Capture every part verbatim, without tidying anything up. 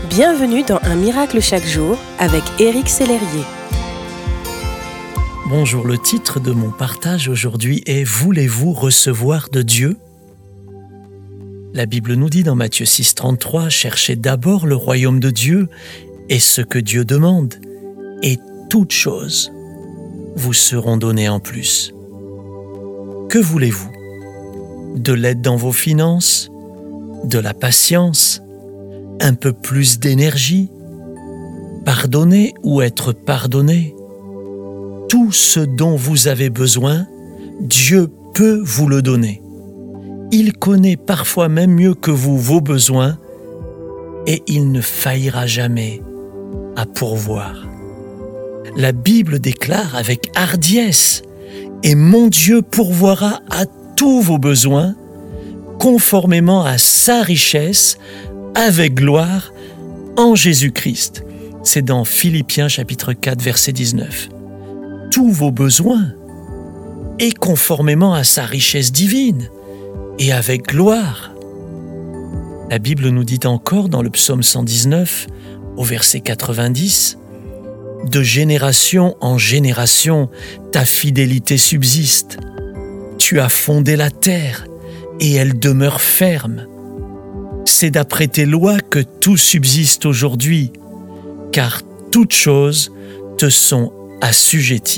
Bienvenue dans Un miracle chaque jour avec Éric Sellerier. Bonjour, le titre de mon partage aujourd'hui est « Voulez-vous recevoir de Dieu ?» La Bible nous dit dans Matthieu six, trente-trois « Cherchez d'abord le royaume de Dieu et ce que Dieu demande, et toutes choses vous seront données en plus. » Que voulez-vous ? De l'aide dans vos finances ? De la patience ? Un peu plus d'énergie ? Pardonner ou être pardonné ? Tout ce dont vous avez besoin, Dieu peut vous le donner. Il connaît parfois même mieux que vous vos besoins et il ne faillira jamais à pourvoir. La Bible déclare avec hardiesse « Et mon Dieu pourvoira à tous vos besoins, conformément à sa richesse, avec gloire, en Jésus-Christ. » C'est dans Philippiens chapitre quatre, verset dix-neuf. Tous vos besoins, et conformément à sa richesse divine, et avec gloire. La Bible nous dit encore dans le psaume cent dix-neuf, au verset quatre-vingt-dix, « De génération en génération, ta fidélité subsiste. Tu as fondé la terre, et elle demeure ferme. C'est d'après tes lois que tout subsiste aujourd'hui, car toutes choses te sont assujetties. »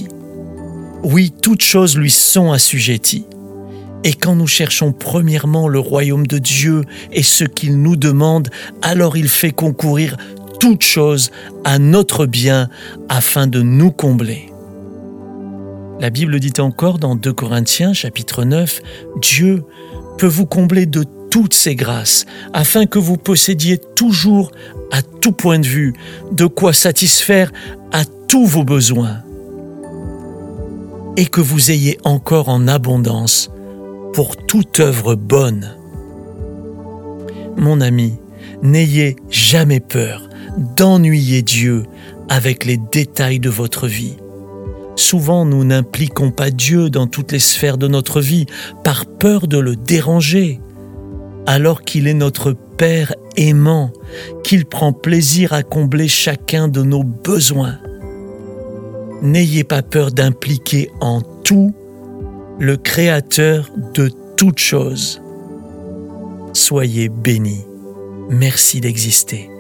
Oui, toutes choses lui sont assujetties. Et quand nous cherchons premièrement le royaume de Dieu et ce qu'il nous demande, alors il fait concourir toutes choses à notre bien afin de nous combler. La Bible dit encore dans deux Corinthiens chapitre neuf, « Dieu peut vous combler de toutes ses grâces, afin que vous possédiez toujours, à tout point de vue, de quoi satisfaire à tous vos besoins, et que vous ayez encore en abondance pour toute œuvre bonne. » Mon ami, n'ayez jamais peur d'ennuyer Dieu avec les détails de votre vie. Souvent, nous n'impliquons pas Dieu dans toutes les sphères de notre vie par peur de le déranger, alors qu'il est notre Père aimant, qu'il prend plaisir à combler chacun de nos besoins. N'ayez pas peur d'impliquer en tout le Créateur de toutes choses. Soyez bénis. Merci d'exister.